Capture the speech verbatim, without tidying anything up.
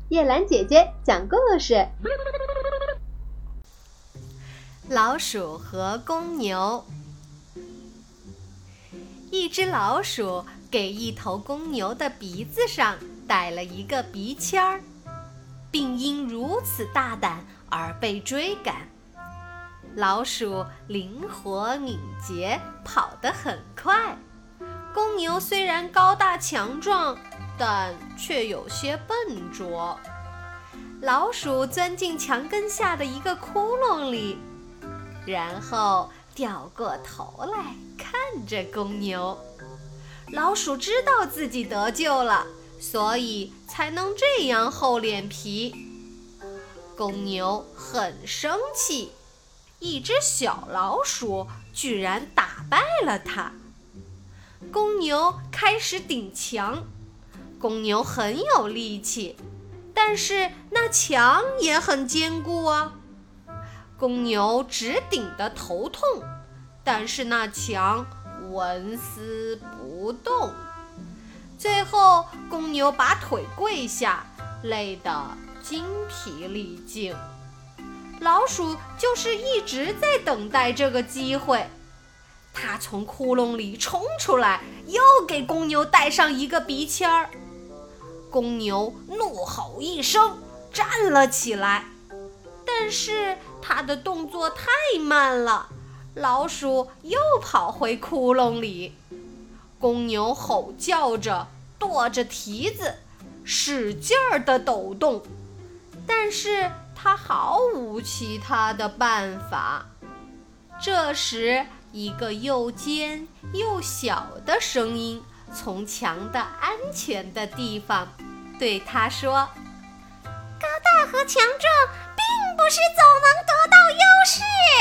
叶兰姐姐讲故事。 老鼠和公牛。一只老鼠给一头公牛的鼻子上戴了一个鼻签儿，并因如此大胆而被追赶。老鼠灵活敏捷，跑得很快。公牛虽然高大强壮，但却有些笨拙。老鼠钻进墙根下的一个窟窿里，然后掉过头来看着公牛。老鼠知道自己得救了，所以才能这样厚脸皮。公牛很生气，一只小老鼠居然打败了它。公牛开始顶墙，公牛很有力气，但是那墙也很坚固啊。公牛直顶得头痛，但是那墙纹丝不动。最后公牛把腿跪下，累得精疲力尽。老鼠就是一直在等待这个机会，它从窟窿里冲出来，又给公牛戴上一个鼻签儿。公牛怒吼一声，站了起来，但是它的动作太慢了，老鼠又跑回窟窿里。公牛吼叫着，跺着蹄子，使劲儿地抖动，但是它毫无其他的办法。这时，一个又尖又小的声音从墙的安全的地方对他说：高大和强壮并不是总能得到优势。